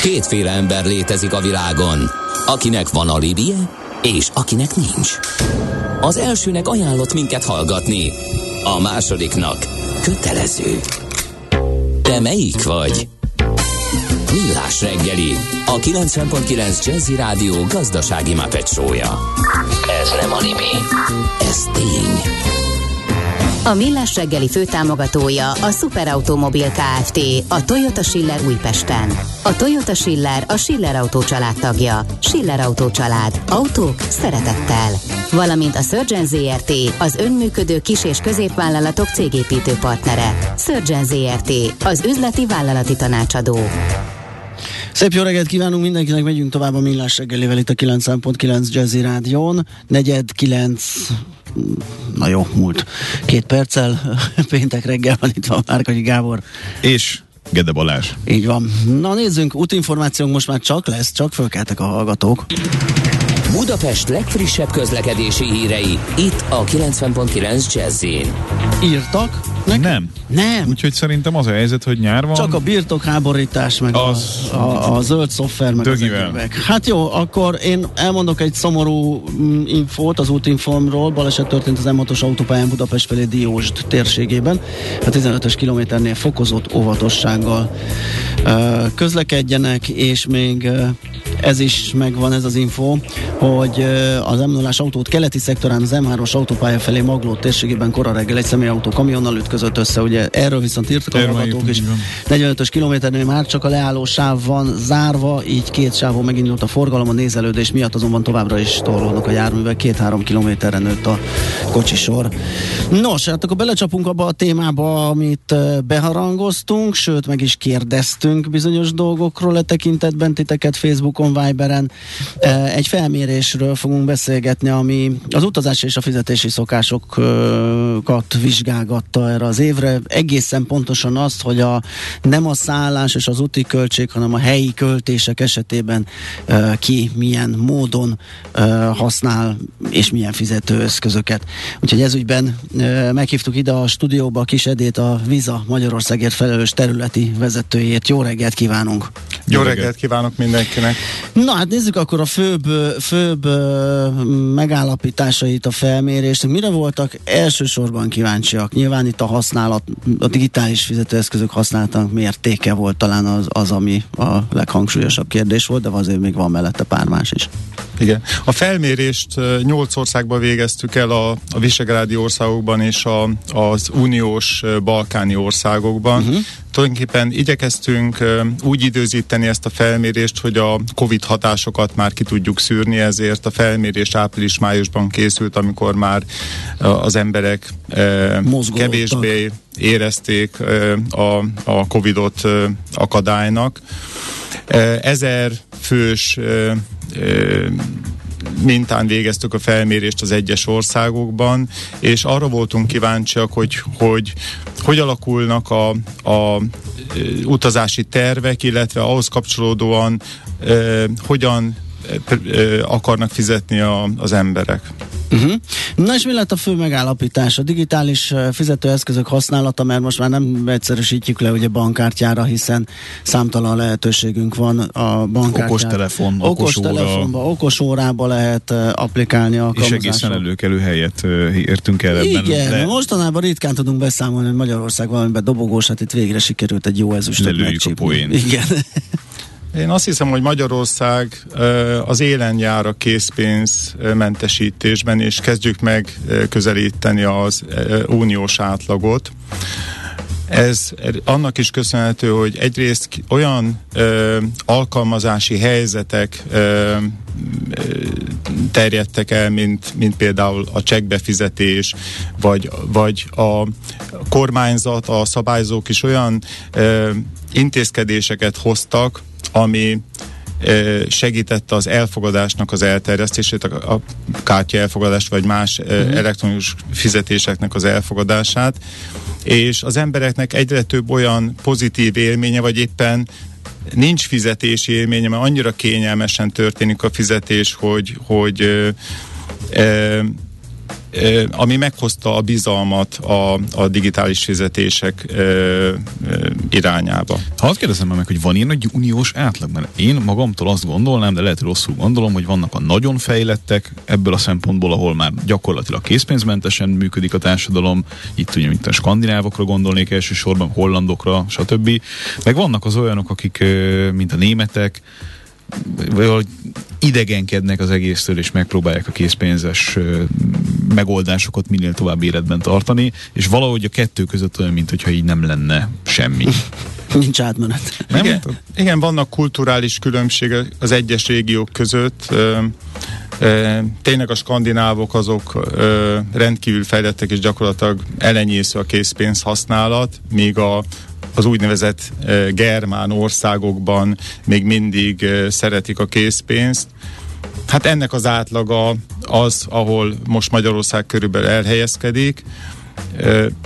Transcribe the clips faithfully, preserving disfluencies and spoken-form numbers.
kétféle ember létezik a világon, akinek van alibije, és akinek nincs. Az elsőnek ajánlott minket hallgatni, a másodiknak kötelező. Te melyik vagy? Millás reggeli, a kilencven pont kilenc Jazzy Rádió gazdasági Muppet show-ja. Ez nem anime, ez tény. A Millás reggeli főtámogatója a Superautomobil Kft. A Toyota Schiller Újpesten. A Toyota Schiller a Schiller Autó család tagja. Schiller Autó család. Autók szeretettel. Valamint a Surgeon Zrt. Az önműködő kis- és középvállalatok cégépítő partnere. Surgeon Zrt. Az üzleti vállalati tanácsadó. Szép jó reggelt kívánunk mindenkinek, megyünk tovább a Millás reggelivel itt a kilencven pont kilenc Jazzy Rádión. Negyed kilenc, na jó, múlt két perccel, péntek reggel van, itt van Márkonyi Gábor. És Gede Balázs. Így van. Na nézzünk, útinformációnk most már csak lesz, csak fölkeltek a hallgatók. Budapest legfrissebb közlekedési hírei, itt a kilencven pont kilenc Jazzyn. Írtak? Neki? Nem. Nem. Úgyhogy szerintem az a helyzet, hogy nyár van. Csak a birtokháborítás, meg az a, a, a zöld szoftver, meg dögivel. az egyébek. Hát jó, akkor én elmondok egy szomorú mm, infót az útinformról. Baleset történt az M hatos autópályán Budapest felé Diósd térségében. A tizenötös kilométernél fokozott óvatossággal uh, közlekedjenek, és még uh, ez is megvan, ez az info, hogy uh, az M nullás autót keleti szektorán az M hármas autópálya felé Magló térségében kora reggel egy személyautó kamionnal ütközött össze, ugye erről viszont írtak a hallgatók is. negyvenötös kilométernél már csak a leálló sáv van zárva, így két sávon megindult a forgalom, a nézelődés miatt azonban továbbra is torlódnak a járművek, két-három kilométerre nőtt a kocsisor. Nos, hát akkor belecsapunk abba a témába, amit beharangoztunk, sőt meg is kérdeztünk bizonyos dolgokról e tekintetben titeket Facebookon, Viberen. Egy felmérésről fogunk beszélgetni, ami az utazási és a fizetési szokásokat vizsgálgatta erre az évre. Egészen pontosan azt, hogy a, nem a szállás és az úti költség, hanem a helyi költések esetében uh, ki milyen módon uh, használ és milyen fizetőeszközöket. Úgyhogy ezügyben uh, meghívtuk ide a stúdióba Kis Edét, a Visa Magyarországért felelős területi vezetőjét. Jó reggelt kívánunk! Jó reggelt kívánok mindenkinek! Na hát nézzük akkor a főbb, főbb uh, megállapításait a felmérésnek. Mire voltak elsősorban kíváncsiak? Nyilván itt a használat, a digitális fizetőeszközök használatának mértéke volt talán az, az, ami a leghangsúlyosabb kérdés volt, de azért még van mellette pár más is. Igen. A felmérést nyolc országban végeztük el, a, a visegrádi országokban és a, az uniós balkáni országokban. Uh-huh. Tulajdonképpen igyekeztünk uh, úgy időzíteni ezt a felmérést, hogy a Covid hatásokat már ki tudjuk szűrni, ezért a felmérés április-májusban készült, amikor már uh, az emberek uh, kevésbé érezték uh, a, a Covidot uh, akadálynak. Uh, ezer fős uh, uh, mintán végeztük a felmérést az egyes országokban, és arra voltunk kíváncsiak, hogy hogy, hogy alakulnak a, a utazási tervek, illetve ahhoz kapcsolódóan eh, hogyan eh, akarnak fizetni a, az emberek. Uh-huh. Na és mi lett a fő megállapítás? A digitális fizetőeszközök használata, mert most már nem egyszerűsítjük le ugye bankkártyára, hiszen számtalan lehetőségünk van a bankkártyára. Okostelefon, okos okosóra. telefonba, okosórába lehet uh, applikálni a és egészen előkelő helyet uh, értünk el ebben. Igen, le... mostanában ritkán tudunk beszámolni, hogy Magyarország valamiben dobogós, hát itt végre sikerült egy jó ezüstöt megcsípni. Igen. Én azt hiszem, hogy Magyarország az élen jár a készpénzmentesítésben, és kezdjük meg közelíteni az uniós átlagot. Ez annak is köszönhető, hogy egyrészt olyan ö, alkalmazási helyzetek ö, terjedtek el, mint, mint például a csekkbefizetés, vagy, vagy a kormányzat, a szabályzók is olyan ö, intézkedéseket hoztak, ami segítette az elfogadásnak az elterjesztését, a kártya elfogadást, vagy más uh-huh. elektronikus fizetéseknek az elfogadását, és az embereknek egyre több olyan pozitív élménye, vagy éppen nincs fizetési élménye, mert annyira kényelmesen történik a fizetés, hogy, hogy ö, ö, ami meghozta a bizalmat a, a digitális fizetések ö, ö, irányába. Ha azt kérdezem meg, hogy van ilyen egy uniós átlag, mert én magamtól azt gondolnám, de lehet, hogy rosszul gondolom, hogy vannak a nagyon fejlettek ebből a szempontból, ahol már gyakorlatilag készpénzmentesen működik a társadalom, itt ugye, mint a skandinávokra gondolnék elsősorban, hollandokra, stb. Meg vannak az olyanok, akik, mint a németek, vagy idegenkednek az egésztől, és megpróbálják a készpénzes megoldásokat minél tovább életben tartani, és valahogy a kettő között olyan, mint hogyha így nem lenne semmi. Nincs átmenet. Nem? Igen, igen, vannak kulturális különbségek az egyes régiók között. Ö, ö, tényleg a skandinávok azok ö, rendkívül fejlettek, és gyakorlatilag elenyésző a készpénz használat, míg a az úgynevezett uh, germán országokban még mindig uh, szeretik a készpénzt. Hát ennek az átlaga az, ahol most Magyarország körülbelül elhelyezkedik, uh, uh,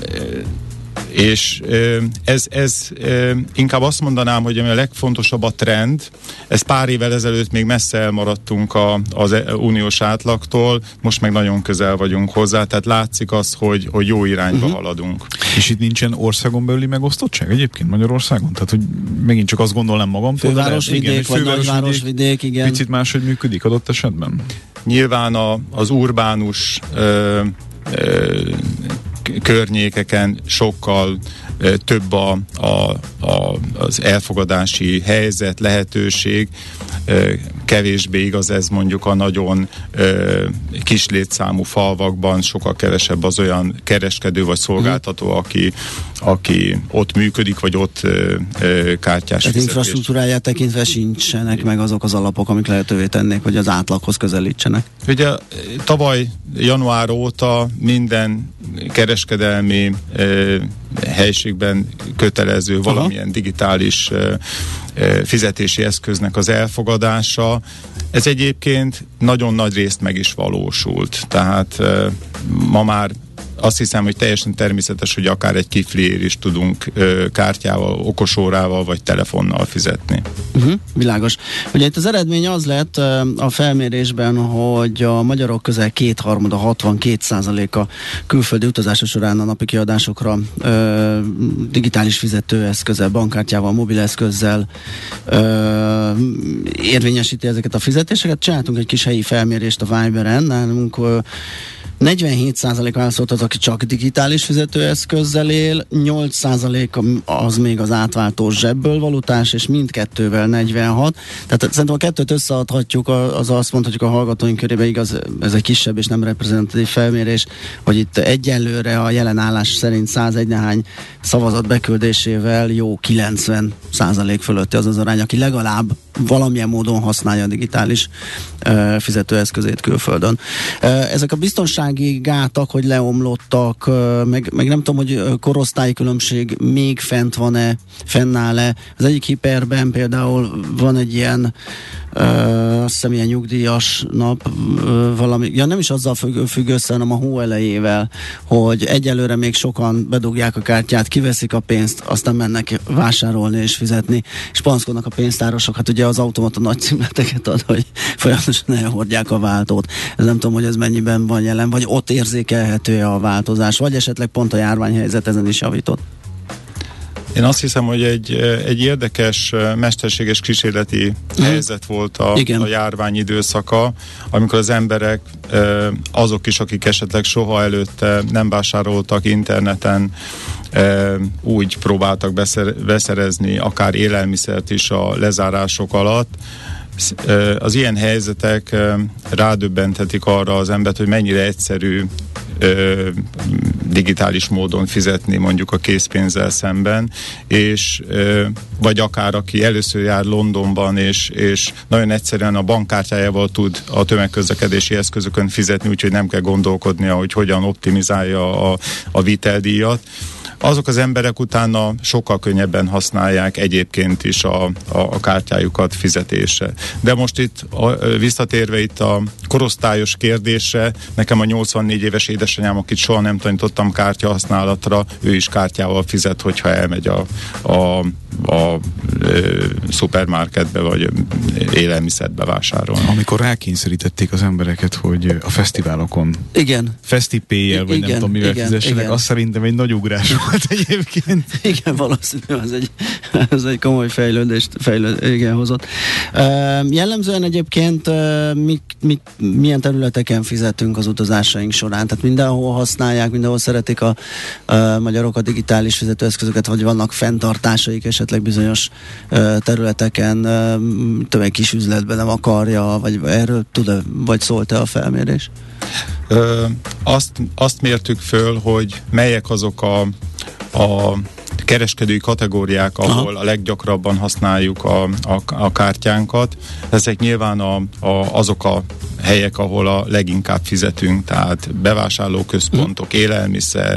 és uh, ez, ez uh, inkább azt mondanám, hogy ami a legfontosabb a trend, ez pár évvel ezelőtt még messze elmaradtunk a, az uniós átlagtól, most meg nagyon közel vagyunk hozzá, tehát látszik az, hogy, hogy jó irányba uh-huh. haladunk. És itt nincsen országon belüli megosztottság egyébként Magyarországon? Tehát, hogy megint csak azt gondolnám magamtól, fővárosvidék, vagy nagyvárosvidék, igen. Picit máshogy működik adott esetben? Nyilván a, az urbánus ö, ö, környékeken sokkal ö, több a, a, a, az elfogadási helyzet, lehetőség, ö, kevésbé igaz ez mondjuk a nagyon ö, kis létszámú falvakban, sokkal kevesebb az olyan kereskedő vagy szolgáltató, aki, aki ott működik, vagy ott ö, ö, kártyás fizetés. Tehát infrastruktúráját tekintve sincsenek meg azok az alapok, amik lehetővé tennék, hogy az átlaghoz közelítsenek. Ugye tavaly január óta minden kereskedelmi ö, helységben kötelező valamilyen Aha. digitális ö, ö, fizetési eszköznek az elfogadása. Ez egyébként nagyon nagy részt meg is valósult. Tehát ö, ma már azt hiszem, hogy teljesen természetes, hogy akár egy kifliért is tudunk ö, kártyával, okosórával vagy telefonnal fizetni. Uh-huh, világos. Ugye itt az eredmény az lett ö, a felmérésben, hogy a magyarok közel kétharmada, hatvankét százaléka külföldi utazása során a napi kiadásokra ö, digitális fizetőeszközzel, bankkártyával, mobileszközzel ö, érvényesíti ezeket a fizetéseket. Csináltunk egy kis helyi felmérést a Viberen, nálunk ö, negyvenhét százalék válaszolt az, aki csak digitális fizetőeszközzel él, nyolc százalék az még az átváltó zsebből valutás, és mindkettővel negyvenhat. Tehát szerintem a kettőt összeadhatjuk, az azt mondhatjuk a hallgatóink körében, igaz, ez egy kisebb és nem reprezentatív felmérés, hogy itt egyelőre a jelen állás szerint százegy nehány szavazat beküldésével jó kilencven százalék fölötti az az arány, aki legalább valamilyen módon használja a digitális uh, fizetőeszközét külföldön. Uh, ezek a biztonsági gátak, hogy leomlottak, uh, meg, meg nem tudom, hogy korosztályi különbség még fent van-e, fennáll-e. Az egyik hiperben például van egy ilyen Uh, azt hiszem ilyen nyugdíjas nap uh, valami, ja nem is azzal függ, függ össze, hanem a hó elejével, hogy egyelőre még sokan bedugják a kártyát, kiveszik a pénzt, aztán mennek vásárolni és fizetni, és panaszkodnak a pénztárosok, hát ugye az automata nagy címleteket ad, hogy folyamatosan elhordják a váltót. Ez nem tudom, hogy ez mennyiben van jelen, vagy ott érzékelhető a változás, vagy esetleg pont a járványhelyzet ezen is javított. Én azt hiszem, hogy egy, egy érdekes, mesterséges kísérleti mm. helyzet volt a, a járvány időszaka, amikor az emberek, azok is, akik esetleg soha előtte nem vásároltak interneten, úgy próbáltak beszerezni akár élelmiszert is a lezárások alatt. Az ilyen helyzetek rádöbbenthetik arra az embert, hogy mennyire egyszerű ö, digitális módon fizetni mondjuk a készpénzzel szemben, és ö, vagy akár aki először jár Londonban, és, és nagyon egyszerűen a bankkártyájával tud a tömegközlekedési eszközökön fizetni, úgyhogy nem kell gondolkodnia, hogy hogyan optimizálja a, a viteldíjat. Azok az emberek utána sokkal könnyebben használják egyébként is a, a, a kártyájukat fizetésre. De most itt a, visszatérve itt a korosztályos kérdésre, nekem a nyolcvannégy éves édesanyám, akit soha nem tanítottam kártya használatra, ő is kártyával fizet, hogyha elmegy a, a, a, a szupermarketbe vagy élelmiszert vásárolni. Amikor rákényszerítették az embereket, hogy a fesztiválokon igen. fesztipéjjel, vagy igen, nem tudom mivel igen, fizessenek, igen. azt szerintem egy nagy ugrás volt egyébként. Igen, valószínűleg ez egy, ez egy komoly fejlődést fejlőd, igen, hozott. Uh, jellemzően egyébként uh, mi, mi, milyen területeken fizetünk az utazásaink során? Tehát mindenhol használják, mindenhol szeretik a uh, magyarok a digitális fizetőeszközöket, vagy vannak fenntartásaik esetleg bizonyos uh, területeken, uh, többek kis üzletben nem akarja, vagy erről tud-e, vagy szólt-e a felmérés? Ö, azt, azt mértük föl, hogy melyek azok a, a kereskedői kategóriák, ahol Aha. a leggyakrabban használjuk a, a, a kártyánkat. Ezek nyilván a, a, azok a helyek, ahol a leginkább fizetünk, tehát bevásárlóközpontok, élelmiszer,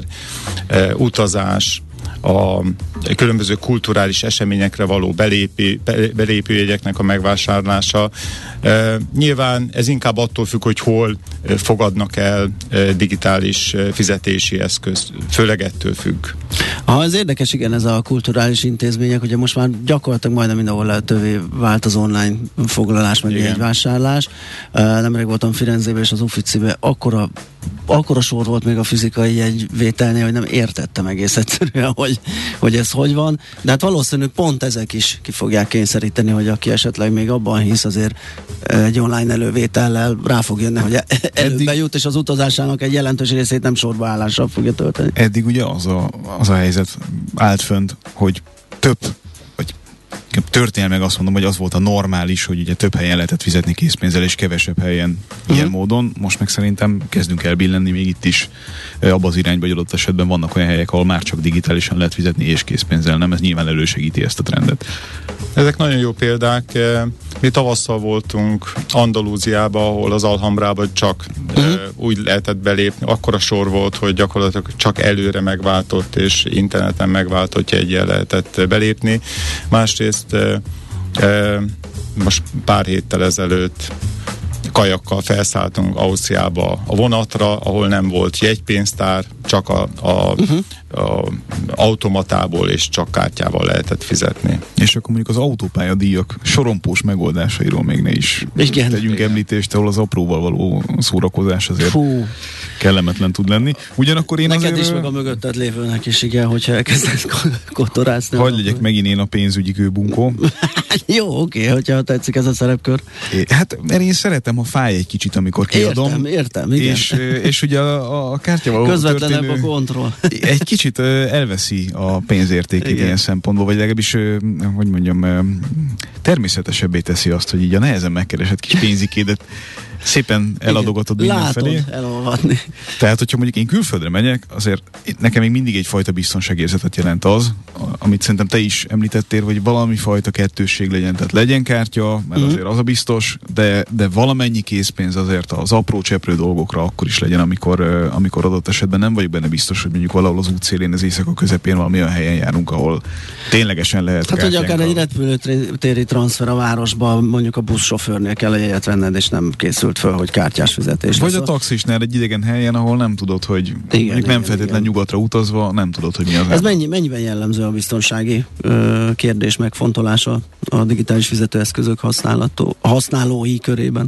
e, utazás, a különböző kulturális eseményekre való belépő, belépőjegyeknek a megvásárlása. E, nyilván ez inkább attól függ, hogy hol fogadnak el e, digitális fizetési eszközt, főleg ettől függ. Ha ez érdekes, igen, ez a kulturális intézmények, ugye most már gyakorlatilag majdnem mindenhol lehetővé vált az online foglalás, meg jegyvásárlás. Nemrég voltam Firenzében és az Uffizibe, akkora, akkora sor volt még a fizikai jegyvételnél, hogy nem értettem egész egyszerűen, hogy, hogy ez hogy van. De hát valószínű pont ezek is ki fogják kényszeríteni, hogy aki esetleg még abban hisz, azért egy online elővétellel rá fog jönni, hogy előbb jut, és az utazásának egy jelentős részét nem sorbaállással fogja tölteni. Eddig ugye az a, az a helyzet állt fönt, hogy több, vagy történelmileg azt mondom, hogy az volt a normális, hogy ugye több helyen lehetett fizetni készpénzzel, és kevesebb helyen uh-huh. ilyen módon. Most meg szerintem kezdünk el billenni még itt is abba az irányba, hogy adott esetben vannak olyan helyek, ahol már csak digitálisan lehet fizetni, és készpénzzel nem. Ez nyilván elősegíti ezt a trendet. Ezek nagyon jó példák. Mi tavasszal voltunk Andalúziában, ahol az Alhambrában csak uh-huh. uh, úgy lehetett belépni, akkora sor volt, hogy gyakorlatilag csak előre megváltott és interneten megváltott jeggyel lehetett belépni. Másrészt uh, uh, most pár héttel ezelőtt kajakkal felszálltunk Ausztriába a vonatra, ahol nem volt jegypénztár, csak a, a, uh-huh. a automatából és csak kártyával lehetett fizetni. És akkor mondjuk az autópályadíjak sorompós megoldásairól még ne is igen, tegyünk igen. említést, ahol az apróval való szórakozás azért Fú. kellemetlen tud lenni. Ugyanakkor én Neked azért... is, meg a mögötted lévőnek is, igen, hogyha elkezdesz kotorászni. Hadd legyek megint én a pénzügyi kőbunkó. Jó, oké, hogyha tetszik ez a szerepkör. É, hát, mert én szeretem, ha fáj egy kicsit, amikor kiadom. Értem, értem, igen. És, és ugye a, a kártyával közvetlenebb történő, a kontroll. Egy kicsit elveszi a pénzértékét igen. ilyen szempontból, vagy legalábbis, hogy mondjam, természetesebbé teszi azt, hogy így a nehezen megkeresett kis pénzikédet szépen eladogatod mindenfelé. Látod elolvadni. Tehát, hogyha mondjuk én külföldre megyek, azért nekem még mindig egyfajta biztonságérzetet jelent az, amit szerintem te is említettél, hogy valami fajta kettősség legyen, tehát legyen kártya, mert mm. azért az a biztos, de, de valamennyi készpénz azért az apró cseprő dolgokra akkor is legyen, amikor, amikor adott esetben nem vagyok benne biztos, hogy mondjuk valahol az útszélén, az éjszaka közepén valami olyan helyen járunk, ahol ténylegesen lehet tehát, hogy akár egy repülőtéri transfer a városba, mondjuk a buszsofőrnél kell egyet venned, és nem készült föl, hogy kártyás fizetés. Vagy a taxisnál egy idegen helyen, ahol nem tudod, hogy igen, nem igen, feltétlenül igen. nyugatra utazva, nem tudod, hogy mi az. Ez mennyi, mennyiben jellemző a biztonsági ö, kérdés megfontolása a digitális fizetőeszközök használató, használói körében?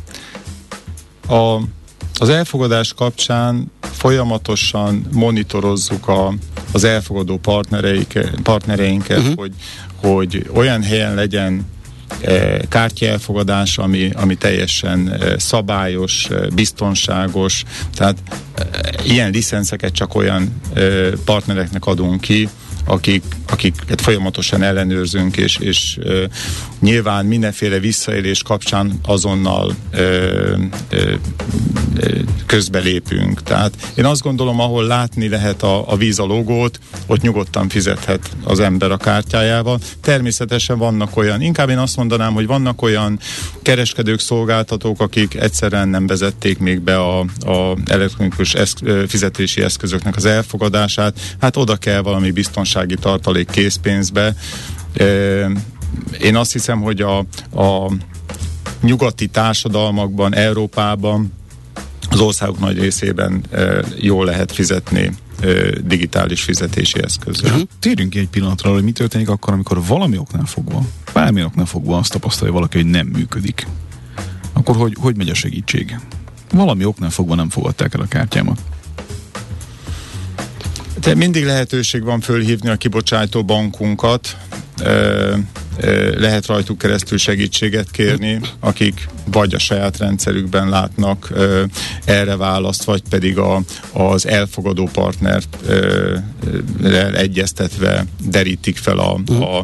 A, az elfogadás kapcsán folyamatosan monitorozzuk a, az elfogadó partnereinket, uh-huh. hogy, hogy olyan helyen legyen kártyaelfogadás, ami, ami teljesen szabályos, biztonságos, tehát ilyen licenszeket csak olyan partnereknek adunk ki, akik, akiket folyamatosan ellenőrzünk, és, és uh, nyilván mindenféle visszaélés kapcsán azonnal uh, uh, közbelépünk. Tehát én azt gondolom, ahol látni lehet a, a Visa logót, ott nyugodtan fizethet az ember a kártyájával. Természetesen vannak olyan, inkább én azt mondanám, hogy vannak olyan kereskedők, szolgáltatók, akik egyszerűen nem vezették még be a, a elektronikus eszk- fizetési eszközöknek az elfogadását. Hát oda kell valami biztonsági tartalék készpénzbe. Én azt hiszem, hogy a, a nyugati társadalmakban, Európában, az országok nagy részében jól lehet fizetni ö, digitális fizetési eszközzel. Uh-huh. Térjünk ki egy pillanatra, hogy mi történik akkor, amikor valami oknál fogva, bármilyen oknál fogva azt tapasztalja valaki, hogy nem működik. Akkor hogy, hogy megy a segítség? Valami oknál fogva nem fogadták el a kártyámat. De mindig lehetőség van fölhívni a kibocsátó bankunkat, ö, ö, lehet rajtuk keresztül segítséget kérni, akik vagy a saját rendszerükben látnak ö, erre választ, vagy pedig a, az elfogadó partnert ö, ö, egyeztetve derítik fel a, a,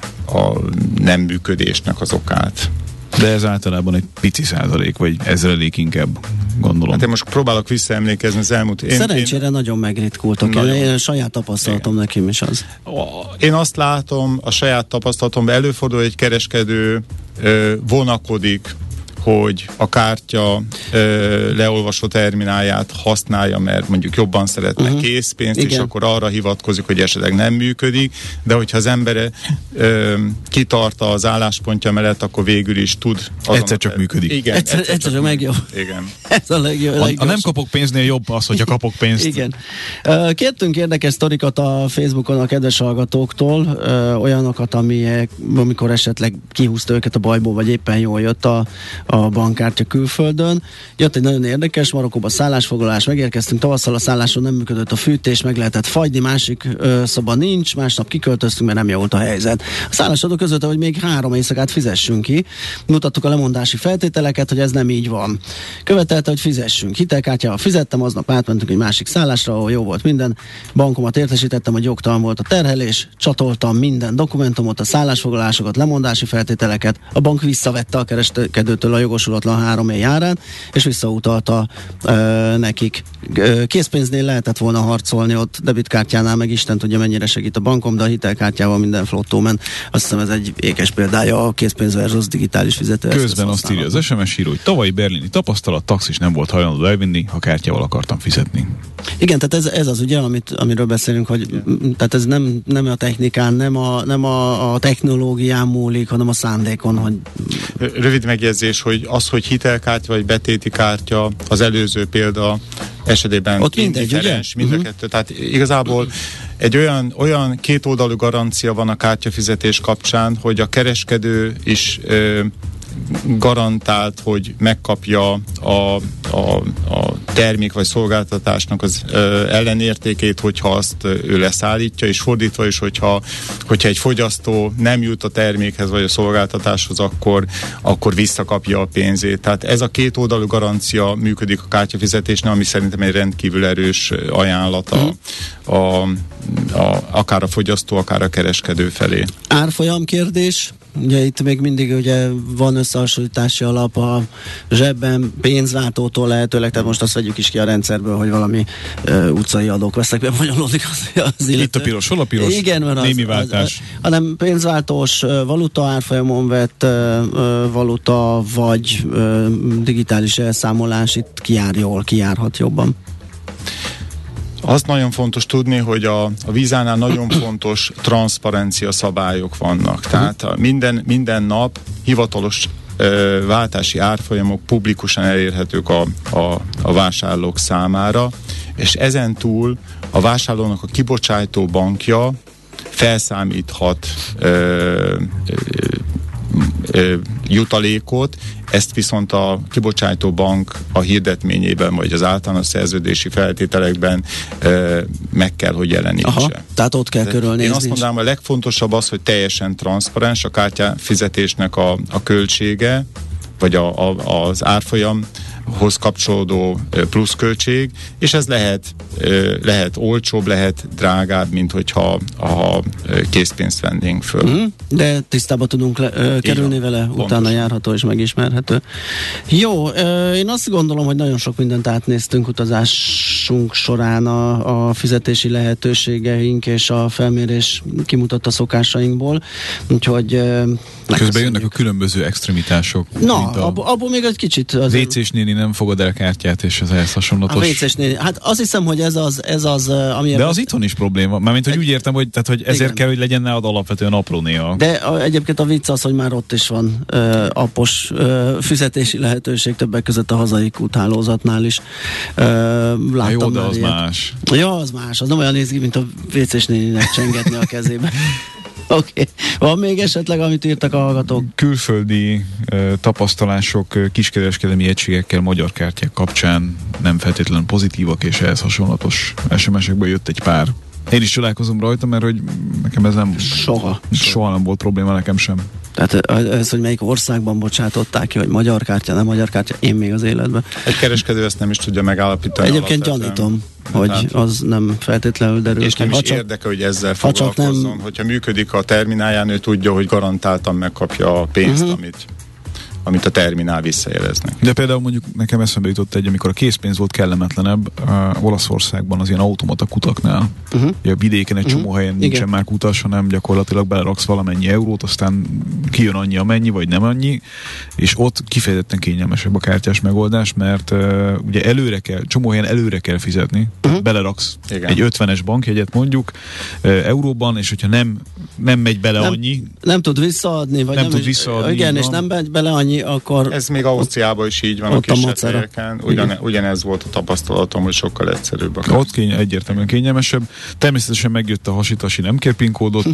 a nem működésnek az okát. De ez általában egy pici százalék, vagy ezrelék inkább, gondolom. Hát én most próbálok visszaemlékezni az elmúlt... Én, Szerencsére én, nagyon megritkultak. Nagyon. Én, én saját tapasztalatom igen. nekem is az. Én azt látom, a saját tapasztalatomban előfordul, hogy egy kereskedő ö, vonakodik, hogy a kártya ö, leolvasó terminálját használja, mert mondjuk jobban szeretne uh-huh. készpénzt, igen. és akkor arra hivatkozik, hogy esetleg nem működik, de hogyha az ember ö, kitart az álláspontja mellett, akkor végül is tud... Egyszer csak működik. Igen, egyszer, egyszer, egyszer csak megjobb. Igen. Ez a legjobb. A, a nem kapok pénznél jobb az, hogyha kapok pénzt. Igen. Kértünk érdekes sztorikat a Facebookon a kedves hallgatóktól, olyanokat, amilyek, amikor esetleg kihúzta őket a bajból, vagy éppen jól jött a, a bankkártya külföldön. Jött egy nagyon érdekes, Marokkóba szállásfoglalás, megérkeztünk, tavasszal a szálláson nem működött a fűtés, meg lehetett fagyni, másik ö, szoba nincs, másnap kiköltöztünk, mert nem javult a helyzet. A szállásadó közölte, hogy még három éjszakát fizessünk ki. Mutattuk a lemondási feltételeket, hogy ez nem így van. Követelte, hogy fizessünk. Hitelkártyával fizettem, aznap átmentünk egy másik szállásra, ahol jó volt minden. Bankomat értesítettem, hogy jogtalan volt a terhelés, csatoltam minden dokumentumot, a szállásfoglalásokat, lemondási feltételeket. A bank visszavette a kereskedőtől a jogosulatlan három éj árán, és visszautalta ö, nekik. Készpénznél lehetett volna harcolni, ott debitkártyánál meg Isten tudja, mennyire segít a bankom, de a hitelkártyával minden flottó ment. Azt hiszem, ez egy ékes példája a készpénz versus digitális fizető. Közben azt írja az es em es író, hogy tavalyi berlini tapasztalat, taxis nem volt hajlandó elvinni, ha kártyával akartam fizetni. Igen, tehát ez, ez az ugye, amit, amiről beszélünk, hogy igen. Tehát ez nem, nem a technikán, nem a, nem a, a technológián múlik, hanem a szándékon, hogy... Rövid megjegyzés, hogy az, hogy hitelkártya vagy betéti kártya, az előző példa esetében ott mindegy, ugye? Mind a kettő. Tehát igazából egy olyan, olyan kétoldalú garancia van a kártyafizetés kapcsán, hogy a kereskedő is ö, garantált, hogy megkapja a, a, a termék vagy szolgáltatásnak az ö, ellenértékét, hogyha azt ö, ő leszállítja, és fordítva is, hogyha, hogyha egy fogyasztó nem jut a termékhez vagy a szolgáltatáshoz, akkor, akkor visszakapja a pénzét. Tehát ez a kétoldalú garancia működik a kártyafizetésnél, ami szerintem egy rendkívül erős ajánlata a, a, a, akár a fogyasztó, akár a kereskedő felé. Árfolyam kérdés. Ugye itt még mindig ugye van összehasonlítási alap a zsebben, pénzváltótól lehetőleg, tehát most azt vegyük is ki a rendszerből, hogy valami uh, utcai adók vesznek be, bonyolódik az, az illető. Itt a piros, hol a piros? Igen, mert némi az, váltás. Az, az, hanem pénzváltós uh, valuta árfolyamon vett uh, uh, valuta, vagy uh, digitális elszámolás, itt kijár jól, kijárhat jobban. Azt nagyon fontos tudni, hogy a, a Vízánál nagyon fontos transzparencia szabályok vannak. Tehát a minden, minden nap hivatalos ö, váltási árfolyamok publikusan elérhetők a, a, a vásárlók számára, és ezen túl a vásárlónak a kibocsátó bankja felszámíthat ö, ö, ö, jutalékot, ezt viszont a kibocsátó bank a hirdetményében, vagy az általános szerződési feltételekben ö, meg kell, hogy jelenítse. Aha, tehát ott kell körülnézni. Én azt mondanám, a legfontosabb az, hogy teljesen transzparens a kártyafizetésnek a, a költsége, vagy a, a, az árfolyamhoz kapcsolódó pluszköltség, és ez lehet, lehet olcsóbb, lehet drágább, mint hogyha ha készpénzt vennénk föl. Mm, de tisztába tudunk le, ö, kerülni vele, pontos. Utána járható és megismerhető. Jó, ö, én azt gondolom, hogy nagyon sok mindent átnéztünk utazásunk során a, a fizetési lehetőségeink és a felmérés kimutatta szokásainkból, úgyhogy ö, Közben jönnek a különböző extremitások. Na, ab, abból még egy kicsit... vé cés néni nem fogad el kártyát, és ez ehhez hasonlatos. A vé cés néni, hát azt hiszem, hogy ez az, ez az ami... De az itthon is probléma. Mármint, hogy egy, úgy értem, hogy, tehát, hogy ezért igen. kell, hogy legyen nálad alapvetően apró néha. De a, egyébként a vicc az, hogy már ott is van ö, appos ö, fizetési lehetőség, többek között a hazai úthálózatnál is. Ö, láttam jó, de az ilyet. Más. Ja, az más. Az nem olyan néz ki, mint a vé cés néninek csengetni a kezébe. Oké. Okay. Van még esetleg, amit írtak a hallgatók? Külföldi uh, tapasztalások uh, kiskereskedelmi egységekkel magyar kártyák kapcsán nem feltétlenül pozitívak, és ehhez hasonlatos es em es-ekből jött egy pár. Én is csodálkozom rajta, mert hogy nekem ez nem... Soha. Soha nem volt probléma, nekem sem. Tehát ez, hogy melyik országban bocsátották ki, hogy magyar kártya, nem magyar kártya, én még az életben. Egy kereskedő ezt nem is tudja megállapítani. Egyébként gyanítom, hogy hát, az nem feltétlenül derül. És nem is csak, érdekel, hogy ezzel foglalkozzon. Nem... Hogyha működik a terminálján, ő tudja, hogy garantáltan megkapja a pénzt, uh-huh. amit... amit a terminál visszajeleznek. De például mondjuk nekem eszembe jutott egy, amikor a készpénz volt kellemetlenebb uh, Olaszországban az ilyen automata kutaknál. Uh-huh. A vidéken egy uh-huh. csomó helyen nincsen igen. már kutas, hanem gyakorlatilag beleraksz valamennyi eurót, aztán kijön annyi amennyi, vagy nem annyi, és ott kifejezetten kényelmesebb a kártyás megoldás, mert uh, ugye előre kell, csomó helyen előre kell fizetni, uh-huh. beleraksz igen. egy ötvenes bankjegyet mondjuk uh, euróban, és hogyha nem, nem megy bele nem, annyi, nem tud visszaadni, vagy nem, nem tud is, visszaadni. Igen, és nem megy bele annyi, akkor... Ez még Ausztriában is így van, a kisebb helyeken. Ugyan, ugyanez volt a tapasztalatom, hogy sokkal egyszerűbb. A ott kény, egyértelműen kényelmesebb. Természetesen megjött a hasitasi, nem kér PIN kódot.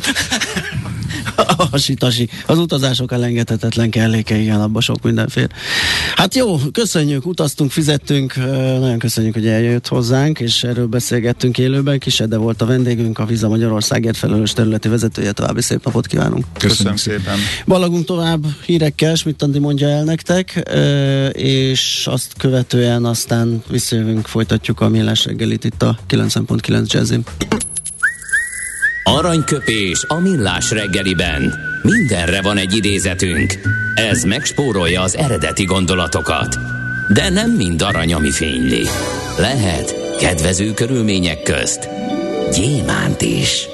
A hasitasi. Az utazások elengedhetetlen kelléke, igen, abban sok mindenféle. Hát jó, köszönjük, utaztunk, fizettünk, nagyon köszönjük, hogy eljött hozzánk, és erről beszélgettünk élőben. Kis Ede volt a vendégünk, a Visa Magyarországért felelős területi vezetője. További szép napot kívánunk. Köszönöm, Köszönöm szépen. Ballagunk tovább hírekkel, Schmidt Andi mondja el nektek, és azt követően aztán visszajövünk, folytatjuk a Millás reggelit itt a kilencven pont kilenc Jazzin. Aranyköpés a Millás reggeliben. Mindenre van egy idézetünk. Ez megspórolja az eredeti gondolatokat. De nem mind arany, ami fényli. Lehet kedvező körülmények közt gyémánt is.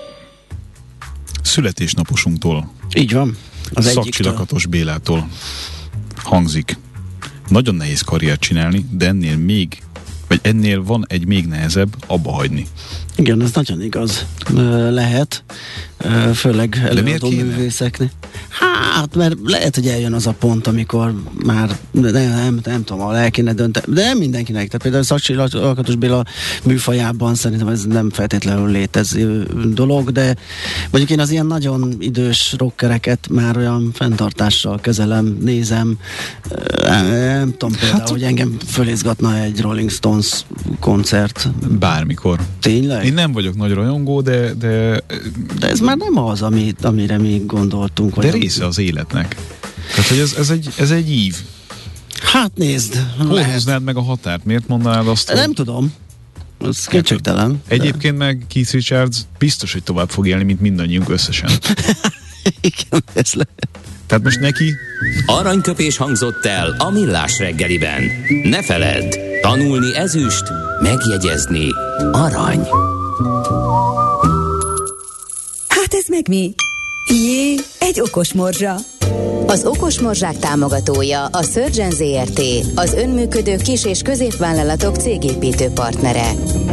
Születésnaposunktól. Így van. Az Szakcsilakatos Bélától hangzik. Nagyon nehéz karriert csinálni, de ennél még, vagy ennél van egy még nehezebb, abba hagyni. Igen, ez nagyon igaz lehet, főleg előadó művészeknél. Hát, mert lehet, hogy eljön az a pont, amikor már nem, nem, nem tudom, el kéne dönteni, de nem mindenkinek. Tehát például Szakcsilakatos Béla műfajában szerintem ez nem feltétlenül létező dolog, de mondjuk én az ilyen nagyon idős rockereket már olyan fenntartással kezelem, nézem, nem, nem tudom például, hát, hogy engem fölizgatna egy Rolling Stones koncert. Bármikor. Tényleg? Én nem vagyok nagy rajongó, de... De, de ez már nem az, amit, amire mi gondoltunk. De része az életnek. Tehát, hogy ez, ez, egy, ez egy ív. Hát nézd. Hol húznád meg a határt? Miért mondanád azt? Nem hogy... tudom. Ez kétségtelen. Egyébként de... meg Keith Richards biztos, hogy tovább fog élni, mint mindannyiunk összesen. Igen, ez lehet. Tehát most neki... Aranyköpés hangzott el a Millás reggeliben. Ne feledd, tanulni ezüst, megjegyezni arany. Hát ez meg mi? Jé, egy okos morzsa. Az okos morzsák támogatója a Surgeon Zrt., az önműködő kis- és középvállalatok cégépítő partnere.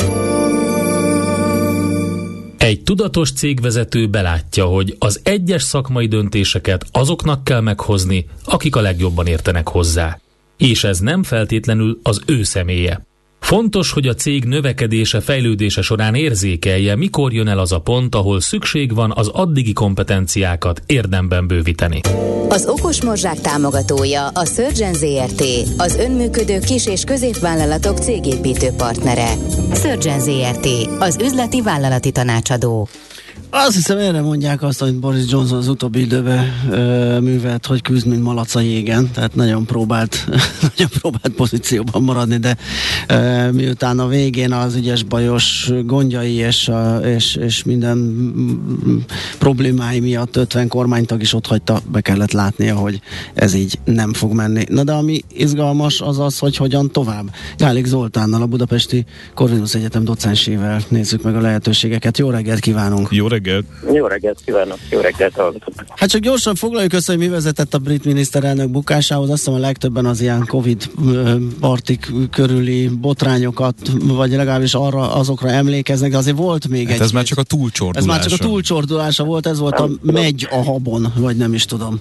Egy tudatos cégvezető belátja, hogy az egyes szakmai döntéseket azoknak kell meghozni, akik a legjobban értenek hozzá. És ez nem feltétlenül az ő személye. Fontos, hogy a cég növekedése, fejlődése során érzékelje, mikor jön el az a pont, ahol szükség van az addigi kompetenciákat érdemben bővíteni. Az okos morzsák támogatója a Surgeon Zrt., az önműködő kis- és középvállalatok cégépítő partnere. Surgeon Zrt., az üzleti vállalati tanácsadó. Azt hiszem, erre mondják azt, hogy Boris Johnson az utóbbi időben ö, művelt, hogy küzd, mint malac a jégen, tehát nagyon próbált, nagyon próbált pozícióban maradni, de ö, miután a végén az ügyes bajos gondjai és, a, és, és minden mm, problémái miatt ötven kormánytag is otthagyta, be kellett látnia, hogy ez így nem fog menni. Na de ami izgalmas az az, hogy hogyan tovább. Gálik Zoltánnal, a budapesti Corvinus Egyetem docensével nézzük meg a lehetőségeket. Jó reggelt kívánunk! Jó reggelt! reggelt! Jó reggelt kívánok, jó reggelt hallgatok. Hát csak gyorsan foglaljuk össze, hogy mi vezetett a brit miniszterelnök bukásához. Azt hiszem a legtöbben az ilyen Covid partik körüli botrányokat, vagy legalábbis arra, azokra emlékeznek, de azért volt még hát egy... ez már csak a túlcsordulása. Ez már csak a túlcsordulása volt, ez volt a megy a habon, vagy nem is tudom.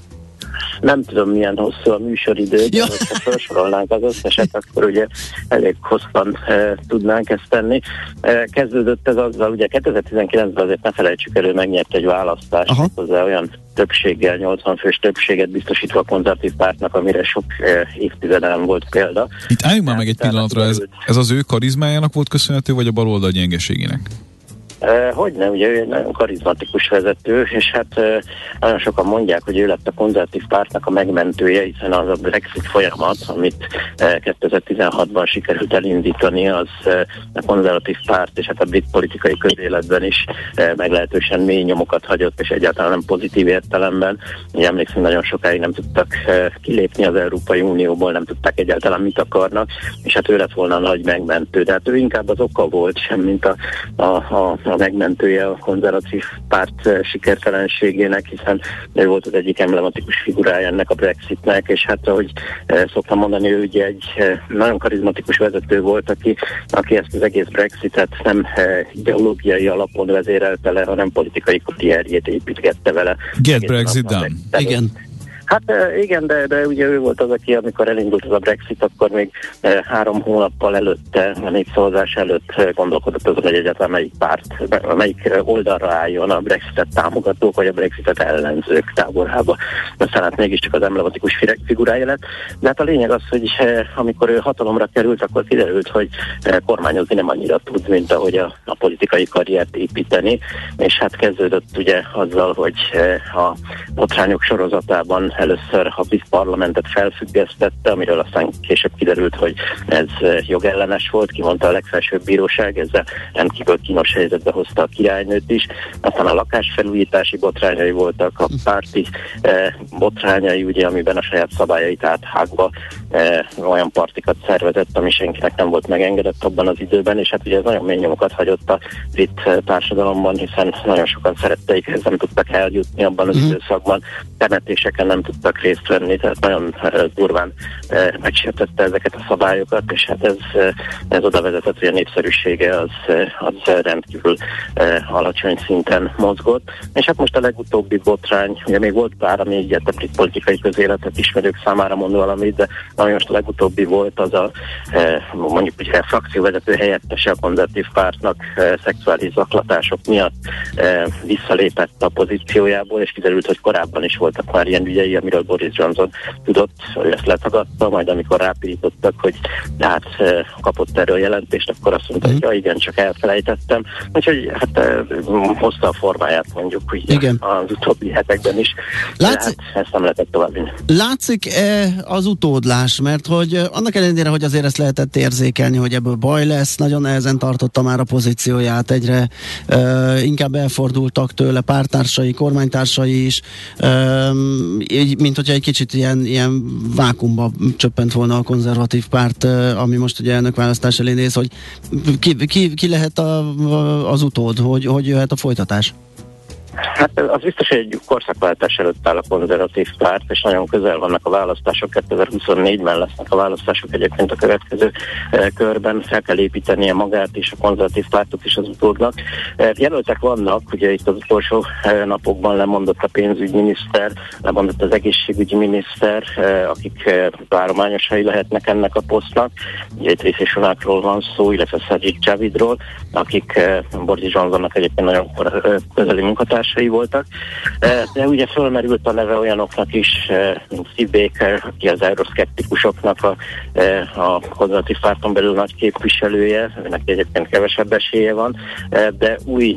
Nem tudom, milyen hosszú a műsoridő, de ja. hogyha felsorolnánk az összeset, akkor ugye elég hosszan e, tudnánk ezt tenni. E, kezdődött ez azzal, ugye kétezer-tizenkilencben azért ne felejtsük elő, megnyert egy választást, hozzá olyan többséggel, nyolcvan fős többséget biztosítva a konzervatív pártnak, amire sok e, évtizeden volt példa. Itt álljunk már meg egy pillanatra, ez, ez az ő karizmájának volt köszönhető, vagy a baloldal gyengeségének? Uh, hogyne, ugye ő egy nagyon karizmatikus vezető, és hát uh, nagyon sokan mondják, hogy ő lett a konzervatív pártnak a megmentője, hiszen az a Brexit folyamat, amit uh, kétezer-tizenhatban sikerült elindítani, az uh, a konzervatív párt és hát a brit politikai közéletben is uh, meglehetősen mély nyomokat hagyott, és egyáltalán nem pozitív értelemben. Ugye emlékszem, nagyon sokáig nem tudtak uh, kilépni az Európai Unióból, nem tudták egyáltalán mit akarnak, és hát ő lett volna a nagy megmentő. De hát ő inkább az oka volt, sem mint a, a, a a megmentője a konzervatív párt sikertelenségének, hiszen ő volt az egyik emblematikus figurája ennek a Brexitnek, és hát ahogy szoktam mondani, ő ugye egy nagyon karizmatikus vezető volt, aki, aki ezt az egész Brexitet nem ideológiai alapon vezérelte le, hanem politikai karrierjét építgette vele. Get Brexit done. Igen. Hát igen, de, de ugye ő volt az, aki amikor elindult az a Brexit, akkor még e, három hónappal előtte, a népszavazás előtt gondolkodott azon, hogy egyáltalán melyik párt, melyik oldalra álljon a Brexitet támogatók, vagy a Brexitet ellenzők táborába. Aztán hát mégiscsak az emblematikus figurája lett. De hát a lényeg az, hogy e, amikor ő hatalomra került, akkor kiderült, hogy e, kormányozni nem annyira tud, mint ahogy a, a politikai karriert építeni, és hát kezdődött ugye azzal, hogy e, a botrányok sorozatában először a brit parlamentet felfüggesztette, amiről aztán később kiderült, hogy ez jogellenes volt, kimondta a legfelsőbb bíróság, ezzel rendkívül kínos helyzetbe hozta a királynőt is. Aztán a lakásfelújítási botrányai voltak, a párti eh, botrányai, ugye, amiben a saját szabályait áthágva eh, olyan partikat szervezett, ami senkinek nem volt megengedett abban az időben, és hát ugye ez nagyon mély nyomokat hagyott a brit társadalomban, hiszen nagyon sokan szeretteik, nem tudtak eljutni abban az mm. időszakban, temetéseken nem tudtak részt venni, tehát nagyon uh, durván uh, megsértette ezeket a szabályokat, és hát ez, uh, ez oda vezetett, hogy a népszerűsége az, uh, az rendkívül uh, alacsony szinten mozgott. És hát most a legutóbbi botrány, ugye még volt pár, ami így a brit politikai közéletet ismerők számára mond valamit, de ami most a legutóbbi volt, az a uh, mondjuk ugye a frakcióvezető helyettese a konzervatív pártnak uh, szexuális zaklatások miatt uh, visszalépett a pozíciójából, és kiderült, hogy korábban is voltak már ilyen ügyei, amiről Boris Johnson tudott, hogy ezt letagadta, majd amikor rápirítottak, hogy hát kapott erről jelentést, akkor azt mondta, mm. hogy ja, igen, csak elfelejtettem. Úgyhogy hát hozta a formáját, mondjuk, hogy az utóbbi hetekben is. Látszik, hát ezt nem lehetett továbbvinni. Látszik-e az utódlás? Mert hogy annak ellenére, hogy azért ezt lehetett érzékelni, hogy ebből baj lesz, nagyon nehezen tartotta már a pozícióját, egyre uh, inkább elfordultak tőle pártársai, kormánytársai is, uh, mint hogyha egy kicsit ilyen, ilyen vákumba csöppent volna a konzervatív párt, ami most ugye elnökválasztás elé néz, hogy ki, ki, ki lehet a, az utód, hogy, hogy jöhet a folytatás? Hát az biztos, hogy egy korszakváltás előtt áll a konzervatív párt, és nagyon közel vannak a választások, kétezer-huszonnégyben lesznek a választások egyébként a következő eh, körben, fel kell építenie magát és a konzervatív pártot is az utódnak. Eh, jelöltek vannak, ugye itt az utolsó eh, napokban lemondott a pénzügyminiszter, lemondott az egészségügyi miniszter, eh, akik eh, várományosai lehetnek ennek a posztnak. Ugye itt Rishi Sunakról van szó, illetve Sajid Javidról, akik eh, Boris Johnsonnak egyébként nagyon eh, közeli munkatársai voltak, de ugye fölmerült a neve olyanoknak is, mint Steve Baker, aki az euroszkeptikusoknak a, a konzervatív párton belül nagy képviselője, őnek egyébként kevesebb esélye van, de új,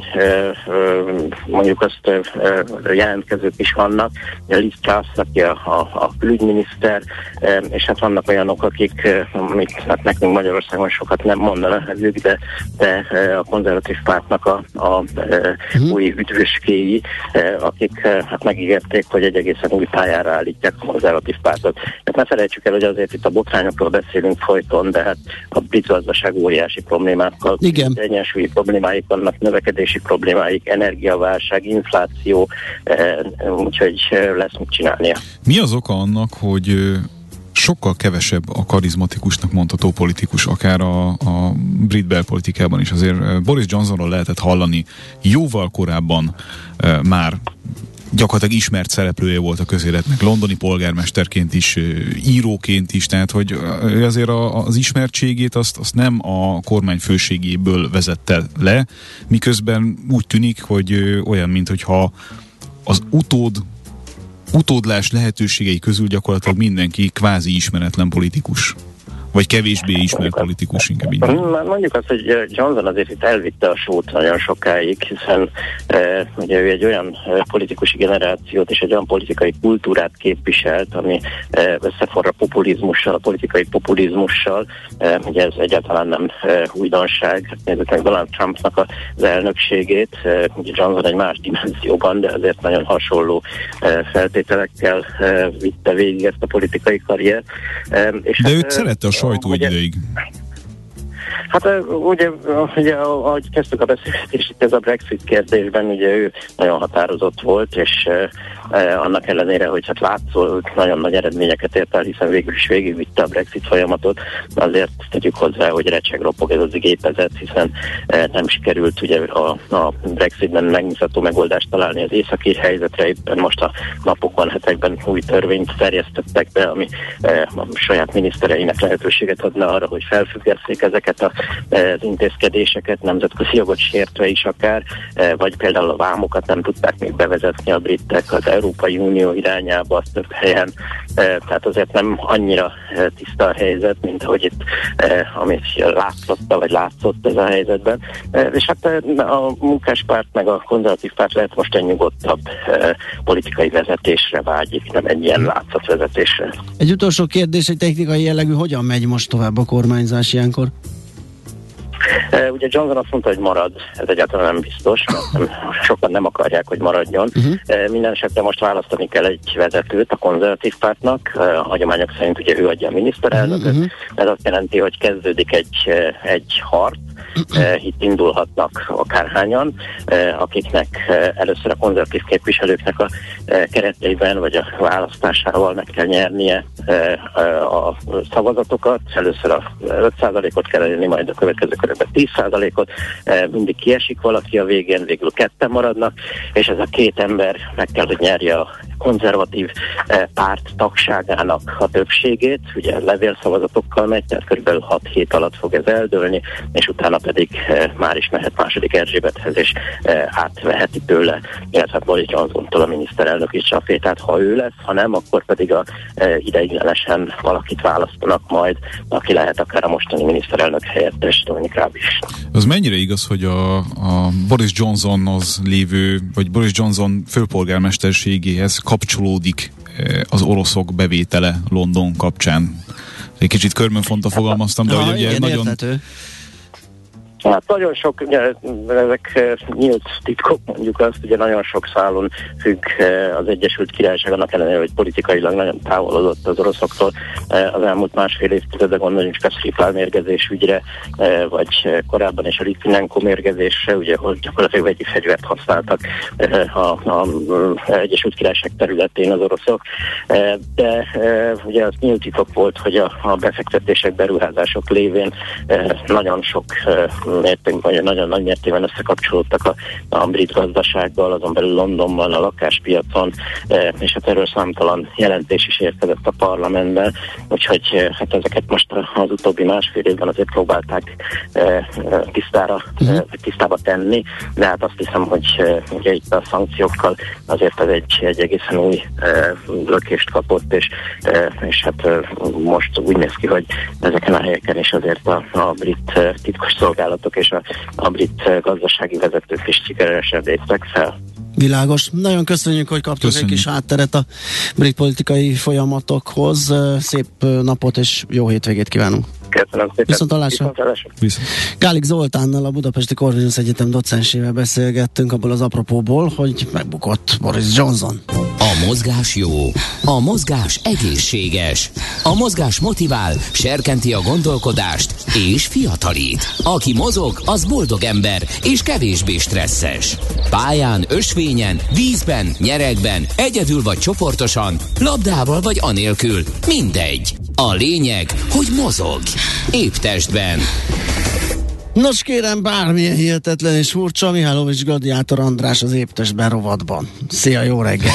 mondjuk azt jelentkezők is vannak, Liz Truss, aki a, a, a külügyminiszter, és hát vannak olyanok, akik, amit hát nekünk Magyarországon sokat nem mondanak ők, de, de a konzervatív pártnak a, a, a új üdvös büszkéi, akik hát megígérték, hogy egy egészen új pályára állítják a konzervatív pártot. Hát ne felejtsük el, hogy azért itt a botrányokról beszélünk folyton, de hát a brit gazdaság óriási problémákkal, egyensúlyi problémáik vannak, növekedési problémáik, energiaválság, infláció, úgyhogy lesz mit csinálnia. Mi az oka annak, hogy sokkal kevesebb a karizmatikusnak mondható politikus, akár a, a brit belpolitikában is? Azért Boris Johnsonról lehetett hallani jóval korábban e, már gyakorlatilag ismert szereplője volt a közéletnek, londoni polgármesterként is, íróként is, tehát hogy azért a, az ismertségét azt, azt nem a kormány főségéből vezette le, miközben úgy tűnik, hogy olyan, minthogyha az utód utódlás lehetőségei közül gyakorlatilag mindenki kvázi ismeretlen politikus. Vagy kevésbé ismert politikus, inkább így. Mondjuk azt, hogy Johnson azért itt elvitte a sót nagyon sokáig, hiszen e, ugye ő egy olyan politikusi generációt és egy olyan politikai kultúrát képviselt, ami e, összeforra populizmussal, a politikai populizmussal. E, ugye ez egyáltalán nem e, újdonság. Nézzük meg Donald Trumpnak az elnökségét. E, ugye Johnson egy más dimenzióban, de azért nagyon hasonló e, feltételekkel e, vitte végig ezt a politikai karriert. E, és de hát, őt szerette a sajtó egy ideig. Hát ugye, ugye ahogy kezdtük a beszélgetést, itt ez a Brexit kérdésben, ugye ő nagyon határozott volt, és eh, annak ellenére, hogy hát látszott, nagyon nagy eredményeket ért el, hiszen végül is végigvitte a Brexit folyamatot, azért tegyük hozzá, hogy recseg ropog ez az gépezet, hiszen eh, nem sikerült ugye a, a Brexitben megnyugtató megoldást találni az északi helyzetre, éppen most a napokban, hetekben új törvényt terjesztettek be, ami eh, a saját minisztereinek lehetőséget adna arra, hogy felfüggesszék ezeket a az intézkedéseket, nemzetközi jogot sértve is akár, vagy például a vámokat nem tudták még bevezetni a britek az Európai Unió irányába, az több helyen, tehát azért nem annyira tiszta a helyzet, mint ahogy itt, amit látszott, vagy látszott ez a helyzetben. És hát a munkáspárt meg a konzervatív párt lehet most egy nyugodtabb politikai vezetésre vágyik, nem egy ilyen látszatvezetésre. Egy utolsó kérdés, egy technikai jellegű, hogyan megy most tovább a kormányzás ilyenkor? Uh, ugye Johnson azt mondta, hogy marad, ez egyáltalán nem biztos, mert sokan nem akarják, hogy maradjon. Uh-huh. Uh, minden esetre most választani kell egy vezetőt a konzervatív pártnak, uh, a hagyományok szerint ugye ő adja a miniszterelnököt, uh-huh. Ez azt jelenti, hogy kezdődik egy, egy harc, uh, itt indulhatnak akárhányan, uh, akiknek uh, először a konzervatív képviselőknek a uh, kereteiben, vagy a választásával meg kell nyernie uh, a szavazatokat, először a öt százalékot kell elérni, majd a következő körökben tíz százalékot, mindig kiesik valaki a végén, végül ketten maradnak, és ez a két ember meg kell, hogy nyerje a konzervatív párt tagságának a többségét, ugye levélszavazatokkal megy, tehát körülbelül hat hét alatt fog ez eldőlni, és utána pedig már is mehet második Erzsébethez, és átveheti tőle, illetve Boris Johnsontól a miniszterelnöki stafétát, ha ő lesz, ha nem, akkor pedig a ideiglenesen valakit választanak majd, aki lehet akár a mostani miniszterelnök helyettes, Dominic Raab is. Az mennyire igaz, hogy a, a Boris Johnsonhoz lévő, vagy Boris Johnson főpolgármesterségéhez kapcsolódik az oroszok bevétele London kapcsán? Egy kicsit körmönfonta fogalmaztam, de ha, hogy ugye igen, nagyon... Érthető. Hát nagyon sok, ugye, ezek nyílt titkok, mondjuk azt, ugye nagyon sok szálon függ az Egyesült Királyság, annak ellenére, hogy politikailag nagyon távolodott az oroszoktól. Az elmúlt másfél évtizedben gondoljunk csak a Skripal mérgezés ügyre, vagy korábban is a Litvinenko mérgezésre, ugye, hogy gyakorlatilag vegyi fegyvert használtak az Egyesült Királyság területén az oroszok. De ugye az nyílt titok volt, hogy a, a befektetések, beruházások lévén nagyon sok mértékben, nagyon nagy mértékben összekapcsolódtak a, a brit gazdasággal, azon belül Londonban, a lakáspiacon, és hát erről számtalan jelentés is érkezett a parlamentben, úgyhogy hát ezeket most az utóbbi másfél évben azért próbálták tisztára, uh-huh. tisztába tenni, de hát azt hiszem, hogy ugye itt a szankciókkal azért ez egy, egy egészen új lökést kapott, és, és hát most úgy néz ki, hogy ezeken a helyeken is azért a, a brit titkosszolgálatok és a, a brit gazdasági vezetők is sikeresen léptek fel. Világos. Nagyon köszönjük, hogy kaptunk köszönjük. egy kis hátteret a brit politikai folyamatokhoz. Szép napot és jó hétvégét kívánunk. Köszönöm szépen. Viszontlátásra. Viszont. Gálik Zoltánnal, a Budapesti Corvinus Egyetem docensével beszélgettünk abból az apropóból, hogy megbukott Boris Johnson. A mozgás jó, a mozgás egészséges, a mozgás motivál, serkenti a gondolkodást és fiatalít. Aki mozog, az boldog ember és kevésbé stresszes. Pályán, ösvényen, vízben, nyeregben, egyedül vagy csoportosan, labdával vagy anélkül, mindegy. A lényeg, hogy mozog. Épp testben. Nos kérem, bármilyen hihetetlen és furcsa, Mihálovics Gladiátor András az Épp testben rovatban. Szia, jó reggel!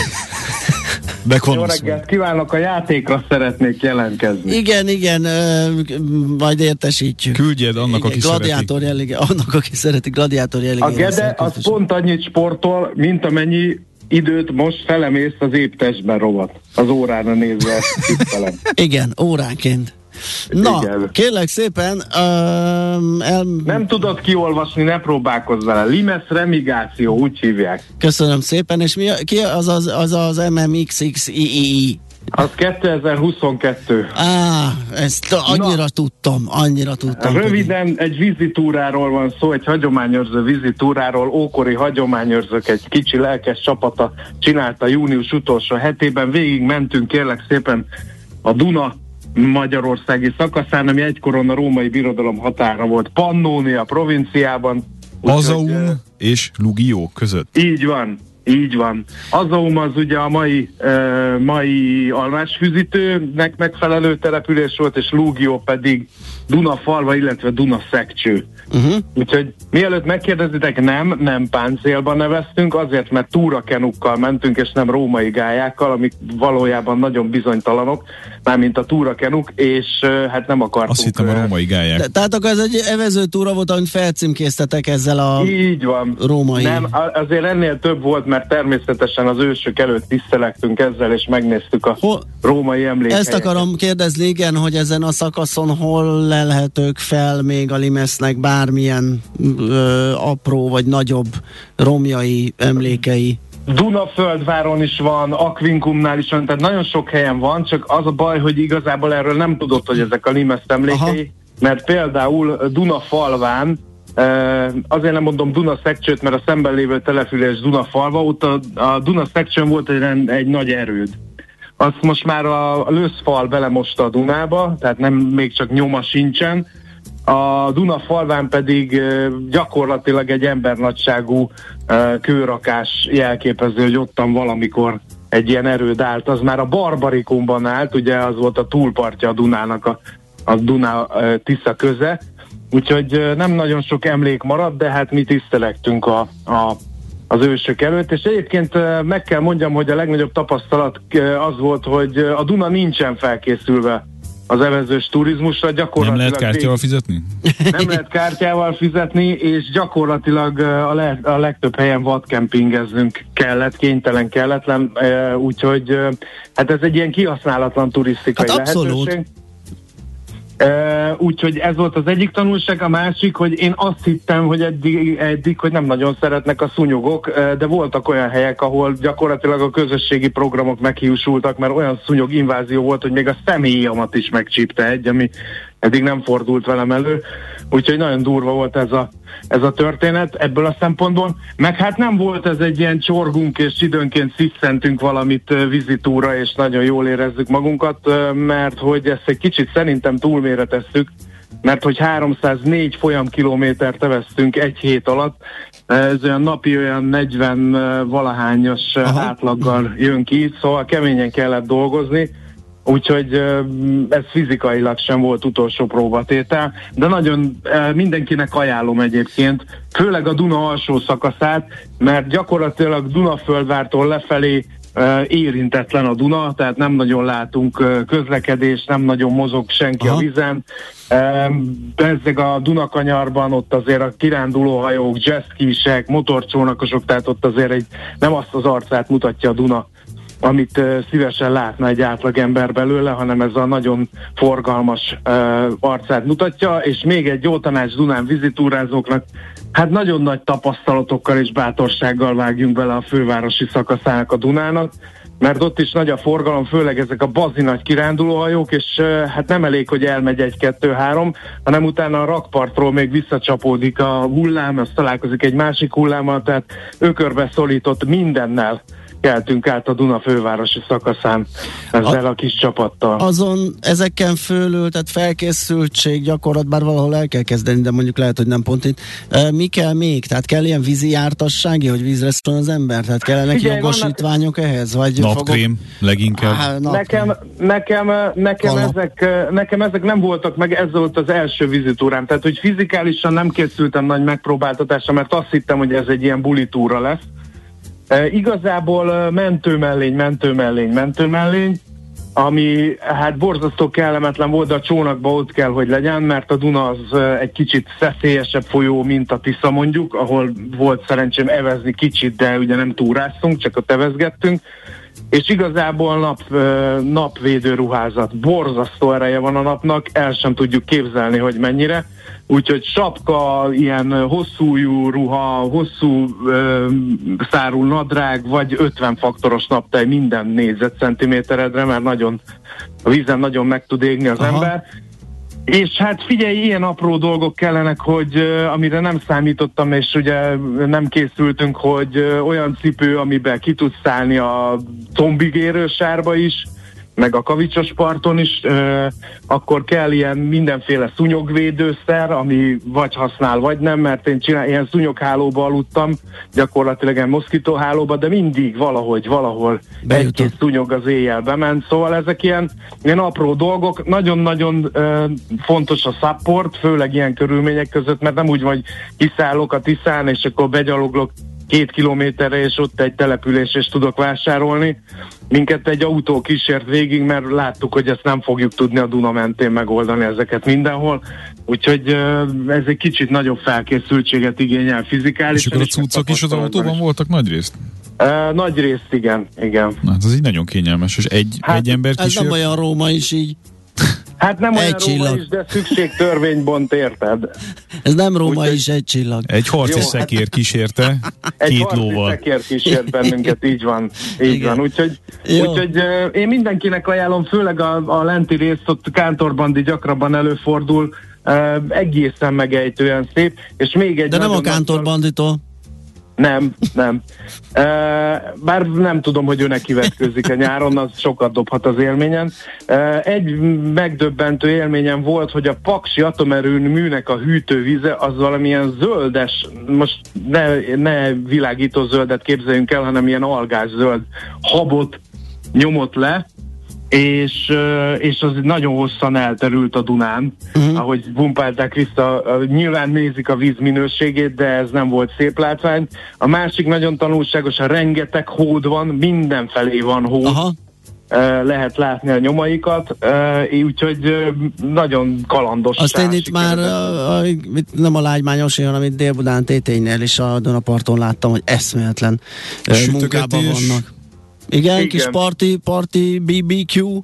Jó reggelt kívánok, a játékra szeretnék jelentkezni. Igen, igen, ö, majd értesítjük. Küldjed annak, igen, aki gladiátor szereti. Jellige, annak, aki szereti, gladiátor jellegére. A Gede az pont annyit sportol, mint amennyi időt most felemész az Épp testben rovat. Az órára nézve tisztelem. Igen, óránként. Na, igen. Kérlek szépen, um, el... nem tudod kiolvasni, ne próbálkozz vele. Limes remigáció, úgy hívják. Köszönöm szépen, és mi, ki az az, az, az em em iksz iksz i i i? Az kétezer-huszonkettő. Á, ezt annyira Na, tudtam, annyira tudtam. Röviden pedig. Egy vízitúráról van szó, egy hagyományőrző vízitúráról, ókori hagyományőrzők egy kicsi lelkes csapata csinálta június utolsó hetében. Végig mentünk, kérlek szépen, a Duna magyarországi szakaszán, ami egykoron a római birodalom határa volt, Pannónia provinciában. Azaum úgy, és Lugió között. Így van, így van. Azaum az ugye a mai, uh, mai almásfűzítőnek megfelelő település volt, és Lugió pedig Dunafalva, illetve Dunaszekcső. Uh-huh. Úgyhogy mielőtt megkérdezitek, nem, nem páncélban neveztünk, azért, mert túrakenukkal mentünk, és nem római gályákkal, amik valójában nagyon bizonytalanok, mármint a túrakenuk, és uh, hát nem akartunk... Azt hittem, a római gályák. De, tehát akkor ez egy evező túra volt, amit felcímkéztetek ezzel a így van. Római... Nem, azért ennél több volt, mert természetesen az ősök előtt tisztelektünk ezzel, és megnéztük a hol... római emlékhelyeket. Ezt akarom kérdezni, igen, hogy ezen a szakaszon hol lelhetők fel még a Limesznek bármilyen ö, apró vagy nagyobb romjai, emlékei? Dunaföldváron is van, Aquincumnál is van, tehát nagyon sok helyen van, csak az a baj, hogy igazából erről nem tudod, hogy ezek a Limes emlékei, aha, mert például Dunafalván, azért nem mondom Dunaszekcsőt, mert a szemben lévő település Dunafalva, ott a, a Dunaszekcsőn volt egy, egy nagy erőd. Azt most már a Löszfal belemosta a Dunába, tehát nem, még csak nyoma sincsen. A Dunafalván pedig gyakorlatilag egy embernagyságú kőrakás jelképező, hogy ottan valamikor egy ilyen erőd állt. Az már a Barbarikumban állt, ugye az volt a túlpartja a Dunának, a, a Duna-Tisza köze. Úgyhogy nem nagyon sok emlék maradt, de hát mi tisztelektünk a, a, az ősök előtt. És egyébként meg kell mondjam, hogy a legnagyobb tapasztalat az volt, hogy a Duna nincsen felkészülve az evezős turizmusra. Gyakorlatilag nem lehet kártyával fizetni? Nem lehet kártyával fizetni, és gyakorlatilag a, le, a legtöbb helyen vadkempingeznünk kellett, kénytelen kelletlen, úgyhogy hát ez egy ilyen kihasználatlan turisztikai hát lehetőség. Uh, úgyhogy ez volt az egyik tanulság, a másik, hogy én azt hittem, hogy eddig, eddig hogy nem nagyon szeretnek a szúnyogok, uh, de voltak olyan helyek, ahol gyakorlatilag a közösségi programok meghiúsultak, mert olyan szúnyog invázió volt, hogy még a személyamat is megcsípte egy, ami eddig nem fordult velem elő. Úgyhogy nagyon durva volt ez a, ez a történet ebből a szempontból. Meg hát nem volt ez egy ilyen csorgunk, és időnként sziszentünk valamit vizitúra, és nagyon jól érezzük magunkat, mert hogy ezt egy kicsit szerintem túlméreteztük, mert hogy háromszáznégy folyamkilométert teveztünk egy hét alatt, ez olyan napi olyan negyven valahányos aha, átlaggal jön ki, szóval keményen kellett dolgozni. Úgyhogy ez fizikailag sem volt utolsó próbatétel, de nagyon mindenkinek ajánlom egyébként, főleg a Duna alsó szakaszát, mert gyakorlatilag Dunaföldvártól lefelé érintetlen a Duna, tehát nem nagyon látunk közlekedést, nem nagyon mozog senki aha, a vízen. Ezek a Dunakanyarban ott azért a kirándulóhajók, jazzkisek, motorcsónakosok, tehát ott azért egy, nem azt az arcát mutatja a Duna, amit uh, szívesen látna egy átlagember belőle, hanem ez a nagyon forgalmas uh, arcát mutatja, és még egy jó tanács Dunán vizitúrázóknak, hát nagyon nagy tapasztalatokkal és bátorsággal vágjunk bele a fővárosi szakaszának a Dunának, mert ott is nagy a forgalom, főleg ezek a bazi nagy kirándulóhajók, és hát nem elég, hogy elmegy egy, kettő, három, hanem utána a rakpartról még visszacsapódik a hullám, azt találkozik egy másik hullámmal, tehát ökörbe szólított mindennel keltünk át a Duna fővárosi szakaszán ezzel a, a kis csapattal. Azon ezeken fölül, tehát felkészültség, gyakorlat, bár valahol el kell kezdeni, de mondjuk lehet, hogy nem pont itt. E, mi kell még? Tehát kell ilyen vízi jártassági, hogy vízre szóljon az ember? Tehát kellenek jogosítványok vannak... ehhez? Vagy napkrém fogok... leginkább? Á, napkrém. Nekem, nekem, nekem, ezek, nekem ezek nem voltak meg, ez volt az első vizitúrám. Tehát, hogy fizikálisan nem készültem nagy megpróbáltatásra, mert azt hittem, hogy ez egy ilyen bulitúra lesz. E, igazából mentőmellény, mentőmellény, mentőmellény, ami hát borzasztó kellemetlen volt, de a csónakban ott kell, hogy legyen, mert a Duna az egy kicsit szeszélyesebb folyó, mint a Tisza mondjuk, ahol volt szerencsém evezni kicsit, de ugye nem túráztunk, csak ott evezgettünk, és igazából nap, napvédő ruházat, borzasztó ereje van a napnak, el sem tudjuk képzelni, hogy mennyire. Úgyhogy sapka, ilyen hosszújú ruha, hosszú ö, szárú nadrág, vagy ötven faktoros naptej minden négyzetcentiméteredre, mert nagyon, a vízen nagyon meg tud égni az Aha. ember. És hát figyelj, ilyen apró dolgok kellenek, hogy uh, amire nem számítottam, és ugye nem készültünk, hogy uh, olyan cipő, amiben ki tudsz szállni a tombig érő sárba is, meg a Kavicsos parton is, uh, akkor kell ilyen mindenféle szúnyogvédőszer, ami vagy használ, vagy nem, mert én csinál, ilyen szúnyoghálóba aludtam, gyakorlatilag ilyen moszkitóhálóba, de mindig valahogy, valahol bejutott. Egy-két szúnyog az éjjel bement, szóval ezek ilyen, ilyen apró dolgok, nagyon-nagyon uh, fontos a support, főleg ilyen körülmények között, mert nem úgy vagy kiszállok a Tiszán, és akkor begyaloglok két kilométerre, és ott egy település, és tudok vásárolni. Minket egy autó kísért végig, mert láttuk, hogy ezt nem fogjuk tudni a Duna mentén megoldani ezeket mindenhol. Úgyhogy ez egy kicsit nagyobb felkészültséget igényel fizikális. És akkor a cuccok is az autóban is voltak nagyrészt? Uh, nagy részt igen, igen. Na, hát ez így nagyon kényelmes, és egy, hát, egy ember kísért... Ez nem olyan Róma is így. Hát nem egy olyan csillag. Róma is, de szükség törvénybont, érted? Ez nem Róma úgy, is, egy csillag. Egy harci jó, szekér hát, kísérte, egy két harci lóval. Egy harci szekér kísért bennünket, így van. Így Igen. van. Úgyhogy, úgyhogy uh, én mindenkinek ajánlom, főleg a, a lenti részt, ott kántorbandi gyakrabban előfordul, uh, egészen megejtően szép, és még egy... De nem a kántorbanditól. Nem, nem. E, bár nem tudom, hogy ő neki vetkőzik a nyáron, az sokat dobhat az élményen. E, egy megdöbbentő élményem volt, hogy a Paksi atomerőműnek a hűtővíze az valamilyen zöldes, most ne, ne világító zöldet képzeljünk el, hanem ilyen algás zöld habot nyomott le, és, és az nagyon hosszan elterült a Dunán, uh-huh. ahogy pumpálták vissza, nyilván nézik a víz minőségét, de ez nem volt szép látvány. A másik nagyon tanulságos, a rengeteg hód van, mindenfelé van hód. Aha. Lehet látni a nyomaikat, úgyhogy nagyon kalandos. Azt én itt már a, a, nem a Lágymányosi, hanem itt Dél-Budán Téténynél is a Dunaparton láttam, hogy eszméletlen munkában vannak. Igen, Igen, kis party, party, bé bé kú.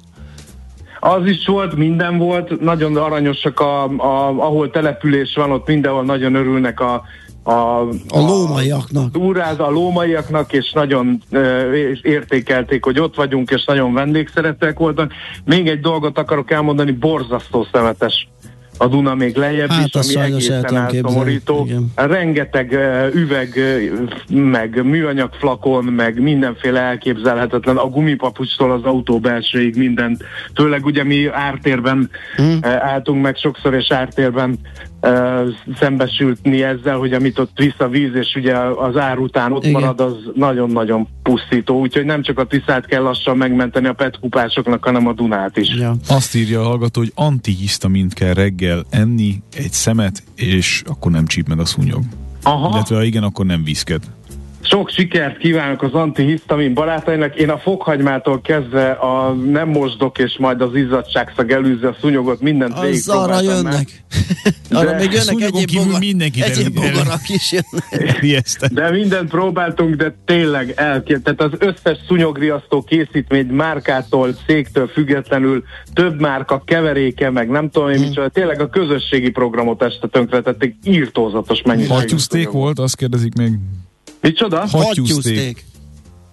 Az is volt, minden volt, nagyon aranyosak, a, a, ahol település van, ott mindenhol nagyon örülnek a a, a lómaiaknak. Úráz, a lómaiaknak, és nagyon e, értékelték, hogy ott vagyunk, és nagyon vendégszeretőek voltak. Még egy dolgot akarok elmondani, borzasztó szemetes a Duna még lejjebb hát is, ami egészen elszomorító. Rengeteg uh, üveg, uh, meg műanyag flakon, meg mindenféle elképzelhetetlen, a gumipapucstól az autó belsőig mindent. Főleg ugye mi ártérben hmm. uh, álltunk meg sokszor, és ártérben uh, szembesültni ezzel, hogy amit ott visz a víz, és ugye az ár után ott Igen. marad, az nagyon-nagyon pusztító. Úgyhogy nem csak a Tiszát kell lassan megmenteni a petkupásoknak, hanem a Dunát is. Ja. Azt írja a hallgató, hogy antihisztamint kell reggel enni, egy szemet, és akkor nem csíp meg a szúnyog. Aha. Illetve ha igen, akkor nem viszket. Sok sikert kívánok az antihisztamin barátainak. Én a fokhagymától kezdve a nem mosdok, és majd az izzadságszag elűzze a szúnyogot, mindent végig az arra jönnek. Arra még jönnek egyéb, bogar, egyéb bogarak is jönnek. De mindent próbáltunk, de tényleg elkért. Tehát az összes szúnyogriasztó készítmény márkától, cégtől függetlenül több márka keveréke, meg nem tudom én hmm. micsoda. Tényleg a közösségi programot este tönkretették, írtózatos mennyiségű. Hattyúszték volt, azt kérdezik még. Micsoda? Hattyúszték.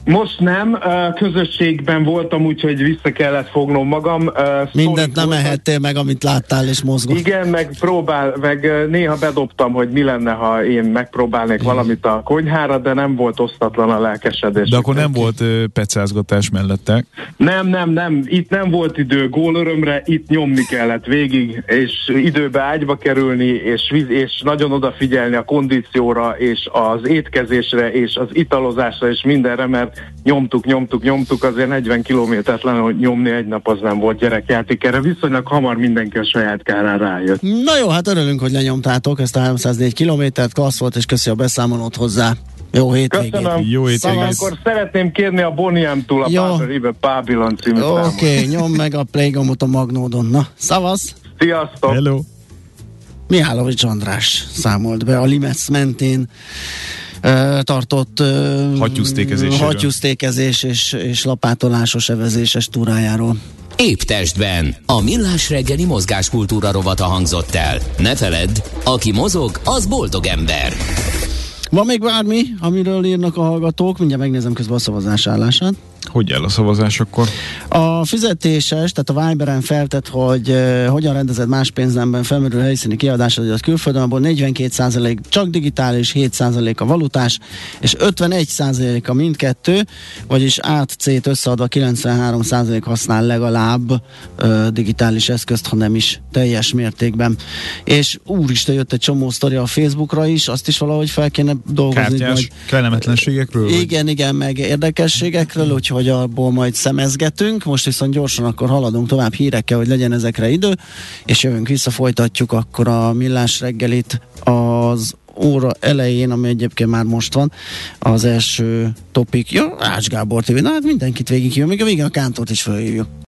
Most nem, közösségben voltam, úgyhogy vissza kellett fognom magam. Mindent nem ehettél meg, amit láttál és mozgott. Igen, meg próbál, meg néha bedobtam, hogy mi lenne, ha én megpróbálnék hmm. valamit a konyhára, de nem volt osztatlan a lelkesedés. De akkor nem volt uh, pecázgatás mellettek? Nem, nem, nem. Itt nem volt idő gólörömre, itt nyomni kellett végig, és időbe ágyba kerülni, és, és nagyon odafigyelni a kondícióra, és az étkezésre, és az italozásra, és mindenre, mert nyomtuk, nyomtuk, nyomtuk, azért negyven kilométert lenne, hogy nyomni egy nap az nem volt gyerekjáték. Erre viszonylag hamar mindenki a saját kárán rájött. Na jó, hát örülünk, hogy lenyomtátok ezt a háromszáznégy kilométert, klassz volt, és köszi a beszámolót hozzá. Jó hétvégét. Köszönöm. Jó hétvégét. Akkor szeretném kérni a Bonnie M-től a Pábelibe Pábilon című számot. Oké, okay, nyom meg a playgombot a Magnódon. Na, szavasz! Sziasztok! Hello! Mihálovics András számolt be a Limetsz mentén uh, tartott uh, hattyúsztékezés és, és lapátolásos evezéses túrájáról. Épp testben. A Millás reggeli mozgáskultúra rovata hangzott el. Ne feledd, aki mozog, az boldog ember. Van még bármi, amiről írnak a hallgatók? Mindjárt megnézem közben a szavazás állását. Hogy áll a szavazás akkor? A fizetéses, tehát a Viberen feltett, hogy uh, hogyan rendezed más pénznemben felmerül helyszíni kiadásod, hogy az külföldön, abból negyvenkét százalék csak digitális, hét százalék a valutás, és ötvenegy százalék a mindkettő, vagyis át-C-t összeadva kilencvenhárom százalék használ legalább uh, digitális eszközt, ha nem is teljes mértékben. És úristen, jött egy csomó sztori a Facebookra is, azt is valahogy fel kéne dolgozni. Kártyás majd... kellemetlenségekről? Igen, vagy? igen, meg érdekességekről, úgyhogy hogy abból majd szemezgetünk. Most viszont gyorsan akkor haladunk tovább hírekkel, hogy legyen ezekre idő, és jövünk vissza, folytatjuk akkor a Millás reggelit az óra elején, ami egyébként már most van, az első topik. Jó, Ács Gábor té vé, na hát mindenkit végig jön, még a végén a Kántort is felhívjuk.